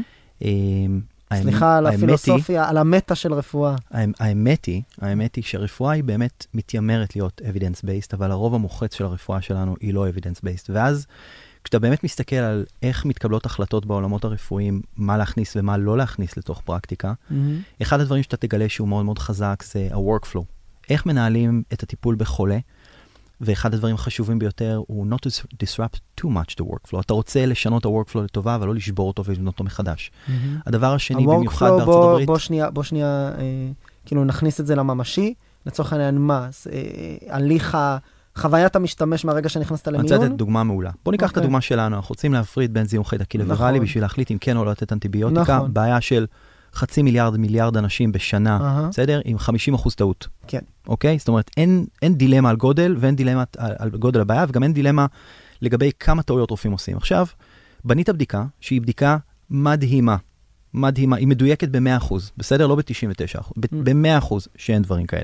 B: סליחה על הפילוסופיה, על המטה של רפואה.
C: האמת היא שהרפואה היא באמת מתיימרת להיות evidence-based, אבל הרוב המוחץ של הרפואה שלנו היא לא evidence-based. ואז כשאתה באמת מסתכל על איך מתקבלות החלטות בעולמות הרפואיים, מה להכניס ומה לא להכניס לתוך פרקטיקה, אחד הדברים שאתה תגלה שהוא מאוד מאוד חזק זה ה-workflow. איך מנהלים את הטיפול בחולה, ואחד הדברים החשובים ביותר הוא not to disrupt too much the workflow. אתה רוצה לשנות את ה-workflow לטובה, אבל לא לשבור אותו ולבנות אותו מחדש. הדבר השני, במיוחד בארצות הברית...
B: בוא שנייה, כאילו נכניס את זה לממשי, לצורך העניין מה? הליך חוויית המשתמש מהרגע שנכנסת למיון?
C: אני רוצה לתת דוגמה מעולה. בוא ניקח את הדוגמה שלנו, אנחנו רוצים להפריד בין זיהום חיידקי לוויראלי, בשביל להחליט אם כן או לא לתת אנטיביוטיקה, בעיה של 0.5 מיליארד אנשים בשנה, בסדר? עם 50% טעות.
B: כן.
C: אוקיי? זאת אומרת, אין דילמה על גודל, ואין דילמה על גודל הבעיה, וגם אין דילמה לגבי כמה טעויות רופאים עושים. עכשיו, בנית בדיקה, שהיא בדיקה מדהימה, היא מדויקת ב-100%, בסדר? לא ב-99%, ב-100% שאין דברים כאלה.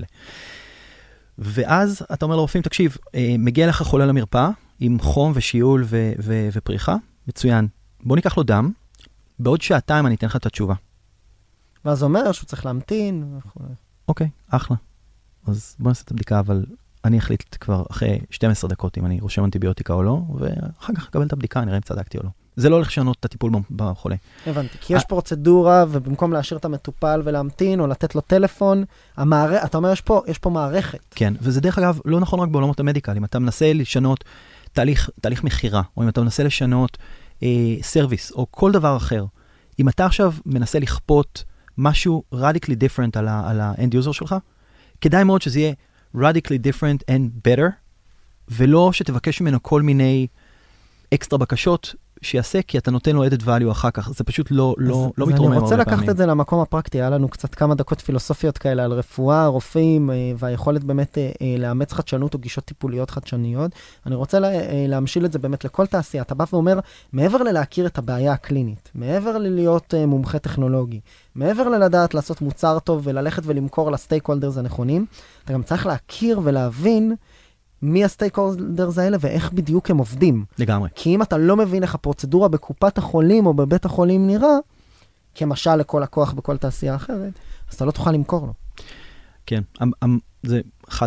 C: ואז אתה אומר לרופאים, תקשיב, מגיע לך חולה למרפאה, עם חום ושיעול ופריחה, מצוין. בוא ניקח לו דם, בעוד שעתיים אני אתן לך את התשובה.
B: ואז אומר שהוא צריך להמתין.
C: אוקיי, אחלה. אז בוא נעשה את הבדיקה, אבל אני אחליט כבר אחרי 12 דקות אם אני רושם אנטיביוטיקה או לא, ואחר כך אקבל את הבדיקה, נראה אם צדקתי או לא. זה לא הולך לשנות את הטיפול בחולה.
B: הבנתי, כי יש פרוצדורה, ובמקום להשאיר את המטופל ולהמתין, או לתת לו טלפון, אתה אומר, יש פה מערכת.
C: כן, וזה דרך אגב לא נכון רק בעולמות המדיקל. אם אתה מנסה לשנות תהליך מחירה, או אם אתה מנסה לשנות סרוויס, או כל דבר אחר, אם אתה עכשיו מנסה לכפות משהו radically different על ה-end user שלך, כדאי מאוד שזה יהיה radically different and better, ולא שתבקש ממנו כל מיני אקסטרה בקשות שיעשה, כי אתה נותן לו added value אחר כך. זה פשוט לא מתרומם.
B: אני רוצה לקחת את זה למקום הפרקטי. היה לנו קצת כמה דקות פילוסופיות כאלה על רפואה, רופאים, והיכולת באמת לאמץ חדשנות או גישות טיפוליות חדשניות. אני רוצה להמשיל את זה באמת לכל תעשייה. אתה בא ואומר, מעבר ללהכיר את הבעיה הקלינית, מעבר ללהיות מומחה טכנולוגי, מעבר ללדעת לעשות מוצר טוב וללכת ולמכור לסטייק הולדרס הנכונים, אתה גם צריך להכיר ולהבין מי הסטייק הולדרס האלה ואיך בדיוק הם עובדים.
C: לגמרי.
B: כי אם אתה לא מבין איך הפרוצדורה בקופת החולים או בבית החולים נראה, כמשל לכל הכוח בכל תעשייה אחרת, אז אתה לא תוכל למכור לו.
C: כן, זה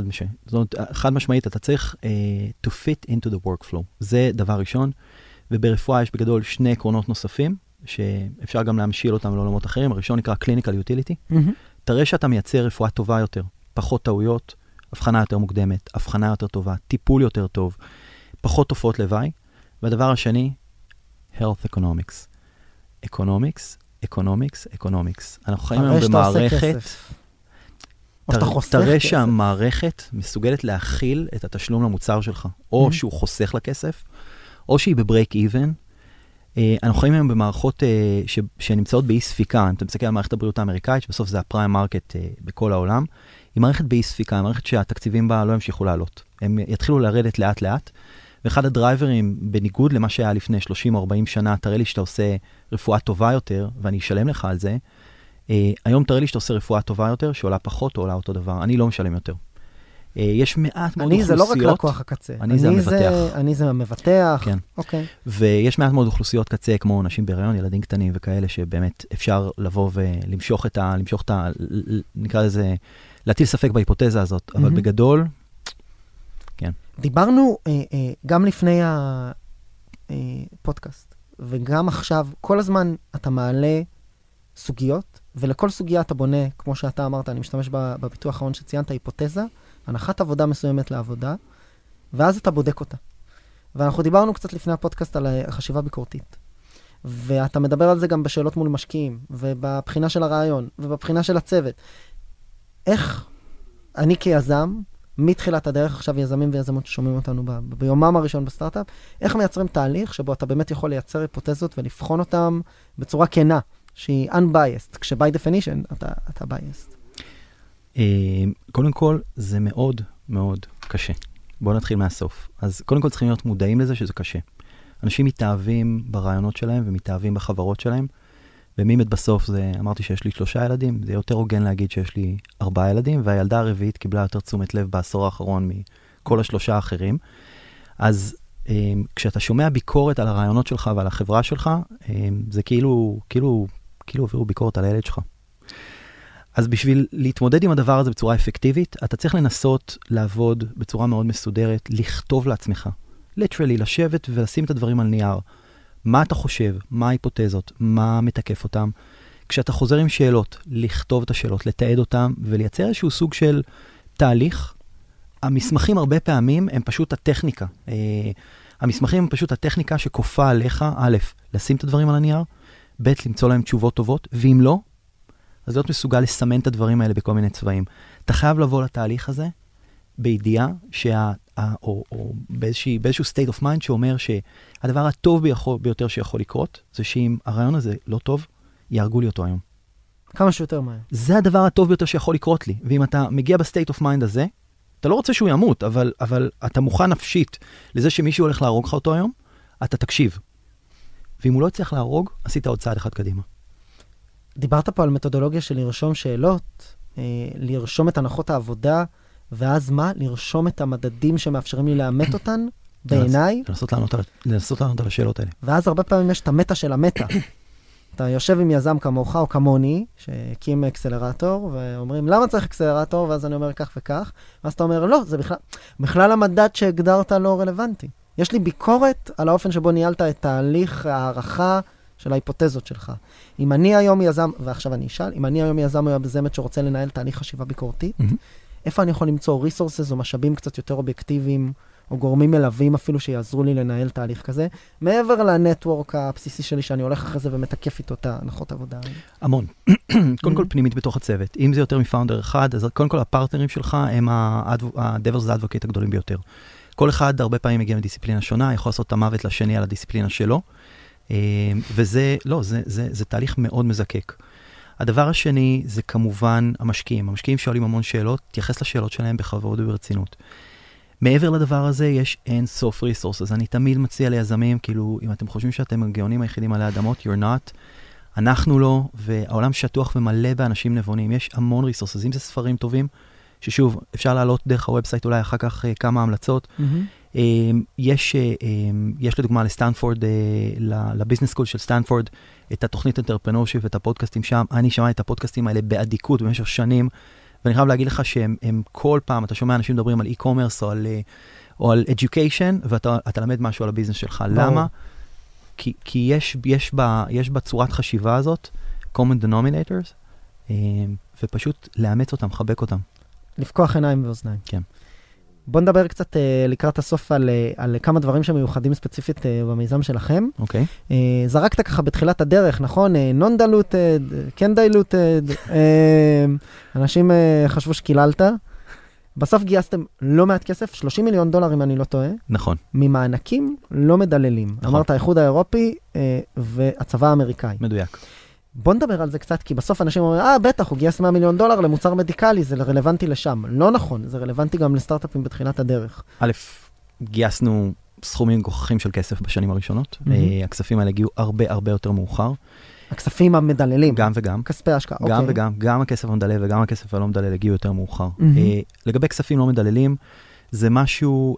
C: חד משמעית, אתה צריך to fit into the workflow. זה דבר ראשון, וברפואה יש בגדול שני עקרונות נוספים, שאפשר גם להמשיל אותם לעולמות אחרים. הראשון נקרא clinical utility. תראה שאתה מייצר רפואה טובה יותר, פחות טעויות, הבחנה יותר מוקדמת, הבחנה יותר טובה, טיפול יותר טוב, פחות תופעות לוואי. והדבר השני, health economics. Economics אקונומיקס. אנחנו חיים היום במערכת, תראה שהמערכת מסוגלת להכיל את התשלום למוצר שלך, או שהוא חוסך לכסף, או שהיא בברייק איבן. אנחנו חיים היום במערכות שנמצאות באי ספיקה, אם אתה מסתכל על מערכת הבריאות האמריקאית, שבסוף זה הפריים מרקט בכל העולם, היא מערכת באי ספיקה, היא מערכת שהתקציבים בה לא ימשיכו לעלות. הם יתחילו לרדת לאט לאט, ואחד הדרייברים, בניגוד למה שהיה לפני 30 או 40 שנה, תראה לי שאתה עושה רפואה טובה יותר, ואני אשלם לך על זה, היום תראה לי שאתה עושה רפואה טובה יותר, שעולה פחות או עולה אותו דבר. אני לא משלם יותר. יש מעט מאוד אוכלוסיות.
B: אני זה לא רק לקוח הקצה.
C: אני זה המבטח.
B: אני זה המבטח.
C: כן.
B: אוקיי.
C: ויש מעט מאוד אוכלוסיות קצה, כמו נשים בהיריון, ילדים קטנים וכאלה, שבאמת אפשר לבוא ולמשוך נקרא לזה, להטיל ספק בהיפותזה הזאת. אבל בגדול, כן.
B: דיברנו גם לפני הפודקאסט, וגם עכשיו, כל הזמן אתה מעלה סוגיות, ולכל סוגיה אתה בונה, כמו שאתה אמרת, אני משתמש בביטוח האחרון שציינת, היפותזה, הנחת עבודה מסוימת לעבודה, ואז אתה בודק אותה. ואנחנו דיברנו קצת לפני הפודקאסט על החשיבה ביקורתית. ואתה מדבר על זה גם בשאלות מול משקיעים, ובבחינה של הרעיון, ובבחינה של הצוות. איך אני כיזם, מתחילת הדרך, עכשיו יזמים ויזמות ששומעים אותנו ביומם הראשון בסטארט-אפ, איך מייצרים תהליך שבו אתה באמת יכול לייצר היפותזות ולבחון אותם בצורה כנה, שהיא unbiased, כש-by definition אתה biased.
C: קודם כל, זה מאוד מאוד קשה. בואו נתחיל מהסוף. אז קודם כל צריכים להיות מודעים לזה שזה קשה. אנשים מתאהבים ברעיונות שלהם ומתאהבים בחברות שלהם, ומימת בסוף זה, אמרתי שיש לי 3 ילדים, זה יותר הוגן להגיד שיש לי 4 ילדים, והילדה הרביעית קיבלה יותר תשומת לב בעשור האחרון מכל 3 האחרים. אז כשאתה שומע ביקורת על הרעיונות שלך ועל החברה שלך, זה כאילו עבירו ביקורת על הילד שלך. אז בשביל להתמודד עם הדבר הזה בצורה אפקטיבית, אתה צריך לנסות לעבוד בצורה מאוד מסודרת, לכתוב לעצמך. literally, לשבת ולשים את הדברים על נייר. מה אתה חושב? מה ההיפותזות? מה מתקף אותם? כשאתה חוזר עם שאלות, לכתוב את השאלות, לתעד אותם, ולייצר איזשהו סוג של תהליך. המסמכים הרבה פעמים הם פשוט הטכניקה. המסמכים הם פשוט הטכניקה שכופה עליך, א', לשים את הדברים על הנייר, ב', למצוא להם תשובות טובות, ואם לא, אז להיות מסוגל לסמן את הדברים האלה בכל מיני צבעים. אתה חייב לבוא לתהליך הזה בידיעה או באיזשהו state of mind שאומר שהדבר הטוב ביותר שיכול לקרות, זה שאם הרעיון הזה לא טוב, יהרגו לי אותו היום.
B: כמה שיותר מהר.
C: זה הדבר הטוב ביותר שיכול לקרות לי. ואם אתה מגיע בסטייט אוף מיינד הזה, אתה לא רוצה שהוא ימות, אבל אתה מוכן נפשית לזה שמישהו הולך להרוג לך אותו היום, אתה תקשיב. ואם הוא לא יצליח להרוג, עשית עוד צעד אחד קדימה.
B: דיברת פה על מתודולוגיה של לרשום שאלות, לרשום את הנחות העבודה, ואז מה? לרשום את המדדים שמאפשרים לי לאמת אותן, בעיניי.
C: לנסות לענות על השאלות האלה.
B: ואז הרבה פעמים יש את המטה של המטה. אתה יושב עם יזם כמוך או כמוני, שהקים אקסלרטור, ואומרים, למה צריך אקסלרטור? ואז אני אומר כך וכך. ואז אתה אומר, לא, זה בכלל המדד שהגדרת לא רלוונטי. יש לי ביקורת על האופן שבו ניהלת את תהליך הערכה של ההיפותזות שלך. אם אני היום יזם, ועכשיו אני אשאל, אם אני היום יזם או יזמת שרוצה לנהל תהליך חשיבה ביקורתית, איפה אני יכול למצוא resources או משאבים קצת יותר אובייקטיביים, או גורמים מלווים אפילו שיעזרו לי לנהל תהליך כזה, מעבר לנטוורק הבסיסי שלי שאני הולך אחרי זה ומתקף איתו את הנחות עבודה.
C: המון. קודם כל פנימית בתוך הצוות. אם זה יותר מפאונדר אחד, אז קודם כל הפרטנרים שלך הם ה-Devil's Advocate הגדולים ביותר. כל אחד הרבה פעמים מגיע מדיסציפלינה שונה, יכול לעשות את המוות לשני על הדיסציפלינה שלו, וזה, לא, זה תהליך מאוד מזקק. הדבר השני זה כמובן המשקיעים. המשקיעים שואלים המון שאלות, תייחס לשאלות שלהם בכבוד וברצינות. מעבר לדבר הזה יש אין סוף resources. אני תמיד מציע ליזמים, כאילו, אם אתם חושבים שאתם הגאונים היחידים עלי אדמות, you're not. אנחנו לא, והעולם שטוח ומלא באנשים נבונים. יש המון resources. אם זה ספרים טובים, ששוב, אפשר לעלות דרך הוובסייט אולי אחר כך כמה המלצות. יש לדוגמה לסטנפורד, לביזנס סקול של סטנפורד, את התוכנית אנטרפרנורשיפ ואת הפודקאסטים שם. אני שמע את הפודקאסטים האלה באדיקות במשך שנים, ואני חייב להגיד לך שהם כל פעם, אתה שומע אנשים מדברים על e-commerce או על education, ואתה למד משהו על הביזנס שלך. למה? כי יש בצורת חשיבה הזאת common denominators, ופשוט לאמץ אותם, חבק אותם.
B: לפקוח עיניים ואוזניים.
C: כן.
B: בוא נדבר קצת לקראת הסוף על כמה דברים שמיוחדים ספציפית במיזם שלכם.
C: אוקיי.
B: זרקת ככה בתחילת הדרך, נכון? Non-diluted, כן diluted, אנשים חשבו שקיללת. בסוף גייסתם לא מעט כסף, $30 מיליון אם אני לא טועה.
C: נכון.
B: ממענקים לא מדללים.
C: נכון.
B: אמרת האיחוד האירופי והצבא האמריקאי.
C: מדויק.
B: בוא נדבר על זה קצת, כי בסוף אנשים אומרים, בטח, הוא גייס $100 מיליון למוצר מדיקלי, זה רלוונטי לשם. לא נכון, זה רלוונטי גם לסטארט-אפים בתחילת הדרך.
C: א', גייסנו סכומים גוחכים של כסף בשנים הראשונות. הכספים האלה הגיעו הרבה יותר מאוחר.
B: הכספים המדללים.
C: גם וגם.
B: כספי ההשקעה,
C: גם וגם. גם הכסף המדלל וגם הכסף הלא מדלל הגיעו יותר מאוחר. לגבי כספים לא מדללים, זה משהו,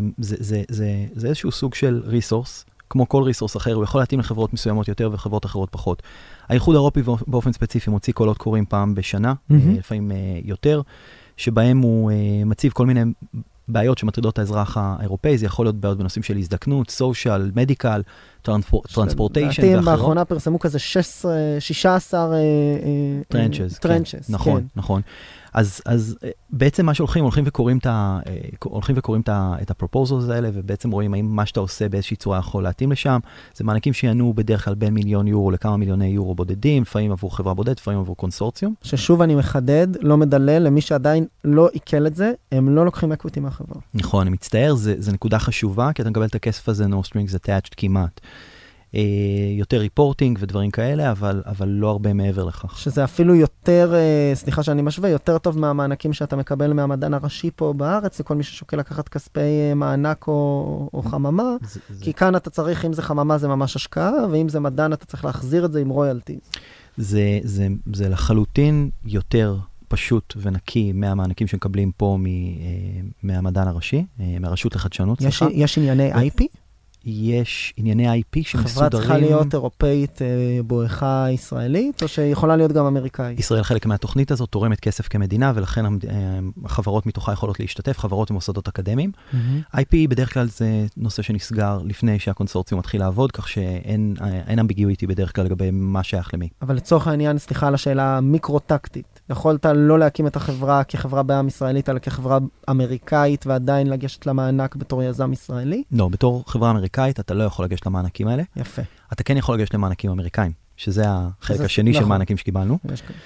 C: זה איזשהו סוג של ריסורס, כמו כל ריסורס אחר, הוא יכול להתאים לחברות מסוימות יותר וחברות אחרות פחות. האיחוד האירופי באופן ספציפי מוציא קולות קוראים פעם בשנה, לפעמים יותר, שבהם הוא מציב כל מיני בעיות שמטרידות את האזרח האירופאי, זה יכול להיות בעיות בנושאים של הזדקנות, סושיאל, מדיקל, טרנספורטיישן ואחרות.
B: באחרונה פרסמו כזה 16 טרנצ'ס.
C: נכון. אז בעצם מה שהולכים וקוראים את הפרופוזלס האלה, ובעצם רואים האם מה שאתה עושה באיזושהי צורה יכול להתאים לשם. זה מענקים שיענו בדרך כלל בין €1,000,000 לכמה מיליוני יורו בודדים, לפעמים עבור חברה בודדת, לפעמים עבור קונסורציום.
B: ששוב אני מחדד, לא מדלל, למי שעדיין לא עיכל את זה, הם לא לוקחים אקוויטי מהחברה.
C: נכון, אני מצטער, זה נקודה חשובה, כי אתה מקבל את הכסף הזה, no strings attached כמעט. יותר ריפורטינג ודברים כאלה, אבל לא הרבה מעבר לכך.
B: שזה אפילו יותר, סליחה שאני משווה, יותר טוב מהמענקים שאתה מקבל מהמדען הראשי פה בארץ, לכל מי ששוקל לקחת כספי מענק או חממה, כי כאן אתה צריך, אם זה חממה זה ממש השקעה, ואם זה מדען אתה צריך להחזיר את זה עם רויאלטי.
C: זה לחלוטין יותר פשוט ונקי מהמענקים שמקבלים פה מהמדען הראשי, מהרשות לחדשנות.
B: יש ענייני IP?
C: יש ענייני IP שמסודרים...
B: חברה צריכה להיות אירופאית בויכה ישראלית, או שיכולה להיות גם אמריקאית?
C: ישראל חלק מהתוכנית הזאת תורמת כסף כמדינה, ולכן החברות מתוכה יכולות להשתתף, חברות ומוסדות אקדמיים. IP בדרך כלל זה נושא שנסגר לפני שהקונסורציום מתחיל לעבוד, כך שאין אמביגיויטי בדרך כלל לגבי מה שייך למי.
B: אבל לצורך העניין, סליחה על השאלה מיקרו-טקטית, יכולת לא להקים את החברה כחברה בעם ישראלית, אלא כחברה אמריקאית, ועדיין לגשת למענק בתור יזם ישראלי? לא, בתור חברה אמריקאית, אתה לא יכול לגשת למענקים האלה. יפה.
C: אתה כן יכול לגשת למענקים אמריקאים, שזה החלק השני של מענקים שקיבלנו.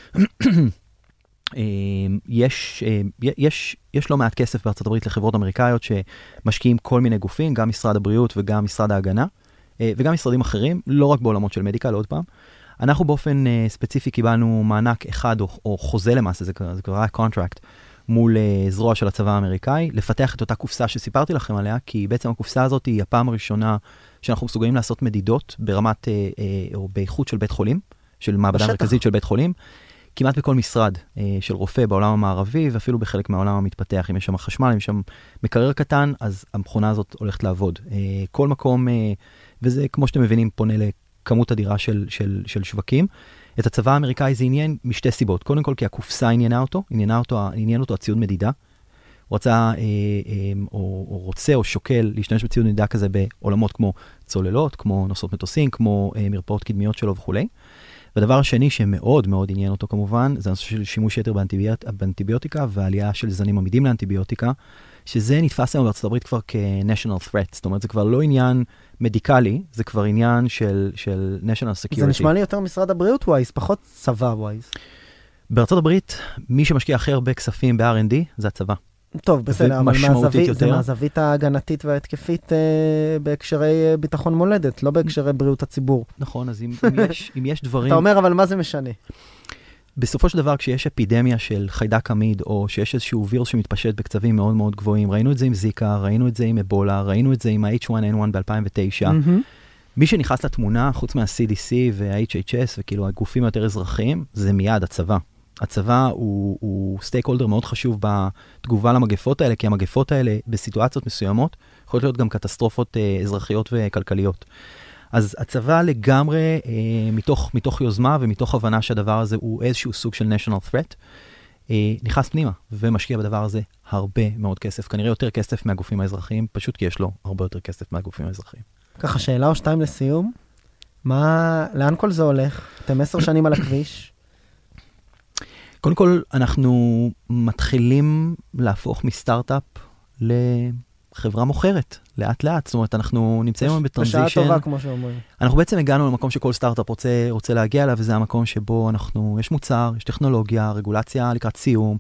C: יש לא מעט כסף בארצות הברית לחברות אמריקאיות שמשקיעים כל מיני גופים, גם משרד הבריאות וגם משרד ההגנה, וגם משרדים אחרים, לא רק בעולמות של מדיקל, עוד פעם. אנחנו באופן ספציפי קיבלנו מענק אחד, או חוזה למעשה, זה קרה קונטרקט, מול זרוע של הצבא האמריקאי, לפתח את אותה קופסה שסיפרתי לכם עליה, כי בעצם הקופסה הזאת היא הפעם הראשונה שאנחנו מסוגלים לעשות מדידות ברמת, או באיכות של בית חולים, של מעבדה מרכזית של בית חולים, כמעט בכל משרד של רופא בעולם המערבי, ואפילו בחלק מהעולם המתפתח, אם יש שם חשמל, אם יש שם מקרר קטן, אז המכונה הזאת הולכת לעבוד. כל מקום, וזה כמו שאתם מבינים, פונה לכמות אדירה של שווקים. את הצבא האמריקאי זה עניין משתי סיבות. קודם כל, כי הקופסה עניין אותו הציוד מדידה. הוא רצה, או רוצה, או שוקל להשתמש בציוד מדידה כזה בעולמות כמו צוללות, כמו נוסעות מטוסים, כמו מרפאות קדמיות שלו וכו'. והדבר השני שמאוד מאוד עניין אותו כמובן, זה הנושא של שימוש יתר באנטיביוטיקה, והעלייה של זנים עמידים לאנטיביוטיקה, שזה נתפס היום בארצות הברית כבר כ-national threat. זאת אומרת, זה כבר לא עניין מדיקלי, זה כבר עניין של national security.
B: זה נשמע לי יותר משרד הבריאות ווייז, פחות צבא ווייז.
C: בארצות הברית, מי שמשקיע הכי הרבה כספים ב-R&D, זה הצבא.
B: טוב, בסדר, אבל זה מהזווית ההגנתית וההתקפית בהקשרי ביטחון מולדת, לא בהקשרי בריאות הציבור.
C: נכון, אז אם יש דברים...
B: אתה אומר, אבל מה זה משנה?
C: בסופו של דבר, כשיש אפידמיה של חיידק עמיד, או שיש איזשהו וירוס שמתפשט בקצבים מאוד מאוד גבוהים, ראינו את זה עם זיקה, ראינו את זה עם אבולה, ראינו את זה עם ה-H1N1 ב-2009. מי שנכנס לתמונה, חוץ מה-CDC וה-HHS, וכאילו הגופים היותר אזרחיים, זה מיד הצבא. הצבא הוא סטייק הולדר מאוד חשוב בתגובה למגפות האלה, כי המגפות האלה בסיטואציות מסוימות יכולות להיות גם קטסטרופות אזרחיות וכלכליות. אז הצבא לגמרי, מתוך יוזמה ומתוך הבנה שהדבר הזה הוא איזשהו סוג של national threat, נכנס פנימה ומשקיע בדבר הזה הרבה מאוד כסף, כנראה יותר כסף מהגופים האזרחיים, פשוט כי יש לו הרבה יותר כסף מהגופים האזרחיים.
B: ככה שאלה או שתיים לסיום, לאן כל זה הולך? אתם 10 שנים על הכביש?
C: קודם כל, אנחנו מתחילים להפוך מסטארט-אפ לחברה מוכרת, לאט לאט. זאת אומרת, אנחנו נמצאים בטרנזישן.
B: בשעה טובה, כמו שאומרים.
C: אנחנו בעצם הגענו למקום שכל סטארט-אפ רוצה להגיע אליו, וזה המקום שבו יש מוצר, יש טכנולוגיה, רגולציה לקראת סיום,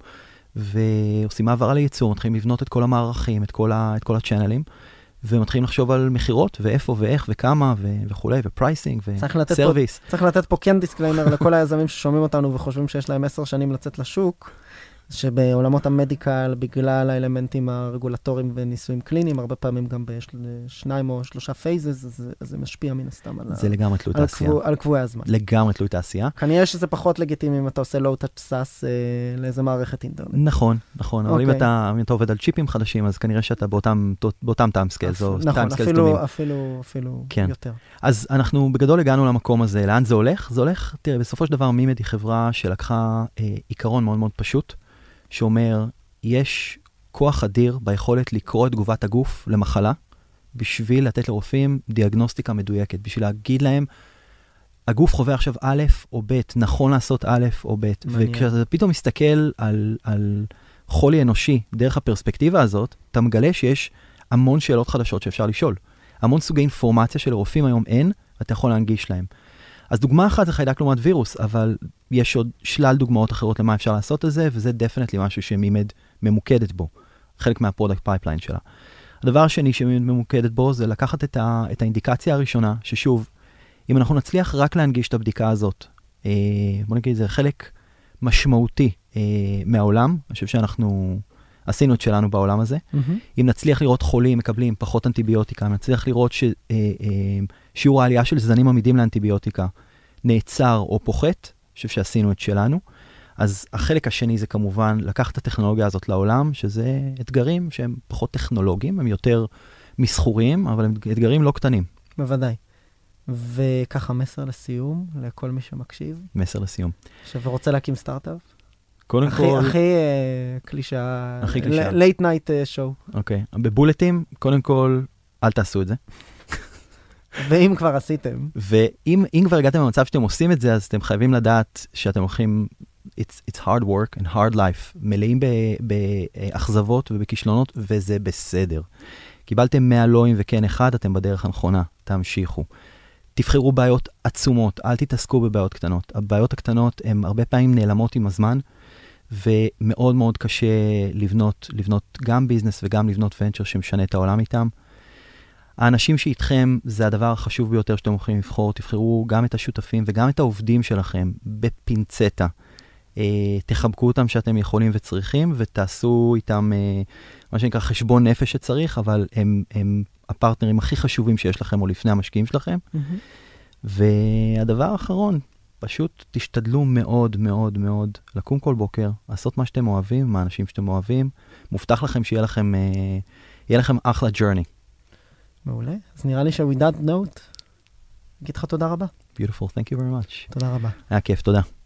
C: ועושים מעבר לייצור, מתחילים לבנות את כל המערכים, את כל הצ'אנלים, ומתחילים לחשוב על מחירות, ואיפה ואיך וכמה וכולי, ופרייסינג וסרוויס.
B: צריך לתת פה כן דיסקליימר לכל היזמים ששומעים אותנו וחושבים שיש להם 10 שנים לצאת לשוק, שבעולמות המדיקל, בגלל האלמנטים הרגולטוריים וניסויים קליניים, הרבה פעמים גם בשניים או 3 פייזס, אז זה משפיע מן הסתם
C: זה לגמרי תלוי תעשייה.
B: על קבועי הזמן.
C: לגמרי תלוי תעשייה.
B: כנראה שזה פחות לגיטימי אם אתה עושה low-touch SaaS לאיזה מערכת אינטרנט.
C: נכון. אבל אם אתה עובד על צ'יפים חדשים, אז כנראה שאתה באותם טיימסקייל, או טיימסקייל דומים.
B: אפילו יותר.
C: אז אנחנו בגדול הגענו למקום הזה. לאן זה הולך? זה הולך, תראה, בסופו של דבר מימד היא חברה שלקחה עיקרון מאוד מאוד פשוט, שאומר, יש כוח אדיר ביכולת לקרוא את תגובת הגוף למחלה, בשביל לתת לרופאים דיאגנוסטיקה מדויקת, בשביל להגיד להם, הגוף חווה עכשיו א' או ב', נכון לעשות א' או ב', וכשאתה פתאום מסתכל על חולי אנושי דרך הפרספקטיבה הזאת, אתה מגלה שיש המון שאלות חדשות שאפשר לשאול. המון סוגי אינפורמציה שלרופאים היום אין, ואתה יכול להנגיש להם. אז דוגמה אחת זה חיידק לעומת וירוס, אבל יש עוד שלל דוגמאות אחרות למה אפשר לעשות את זה, וזה דפנטלי משהו שמימד ממוקדת בו, חלק מהפרודקט פייפליין שלה. הדבר השני שמימד ממוקדת בו זה לקחת את האינדיקציה הראשונה, ששוב, אם אנחנו נצליח רק להנגיש את הבדיקה הזאת, בוא נגיד, זה חלק משמעותי מהעולם, אני חושב שאנחנו עשינו את שלנו בעולם הזה. אם נצליח לראות חולים מקבלים פחות אנטיביוטיקה, אם נצליח לראות שיעור העלייה של זנים עמידים לאנטיביוטיקה נעצר או פוחת, אני חושב שעשינו את שלנו. אז החלק השני זה כמובן לקחת את הטכנולוגיה הזאת לעולם, שזה אתגרים שהם פחות טכנולוגיים, הם יותר מסחוריים, אבל הם אתגרים לא קטנים.
B: בוודאי. וככה מסר לסיום, לכל מי שמקשיב.
C: מסר לסיום.
B: ורוצה להקים סטארט-אפ?
C: קודם כל...
B: הכי קלישה. late night show.
C: אוקיי. בבולטים, קודם כל, אל תעשו את זה.
B: ואם כבר עשיתם.
C: ואם כבר הגעתם למצב שאתם עושים את זה, אז אתם חייבים לדעת שאתם הולכים, it's hard work and hard life, מלאים באכזבות ובכישלונות, וזה בסדר. קיבלתם 100 לואים וכן אחד, אתם בדרך הנכונה, תמשיכו. תבחרו בעיות עצומות, אל תתעסקו בבעיות קטנות. הבעיות הקטנות הן הרבה פעמים נעלמות עם הזמן, ומאוד מאוד קשה לבנות גם ביזנס וגם לבנות ונצ'ר שמשנה את העולם איתם. האנשים שאיתכם זה הדבר החשוב ביותר שאתם יכולים לבחור, תבחרו גם את השותפים וגם את העובדים שלכם בפינצטה. תחבקו אותם שאתם יכולים וצריכים, ותעשו איתם מה שנקרא חשבון נפש שצריך, אבל הם הפרטנרים הכי חשובים שיש לכם או לפני המשקיעים שלכם. והדבר האחרון, פשוט תשתדלו מאוד מאוד מאוד לקום כל בוקר, לעשות מה שאתם אוהבים, מה האנשים שאתם אוהבים. מובטח לכם שיהיה לכם אחלה journey.
B: מעולה. אז נראה לי ש-with that note, אגיד לך תודה רבה.
C: Beautiful, thank you very much.
B: תודה רבה.
C: היה כיף, תודה.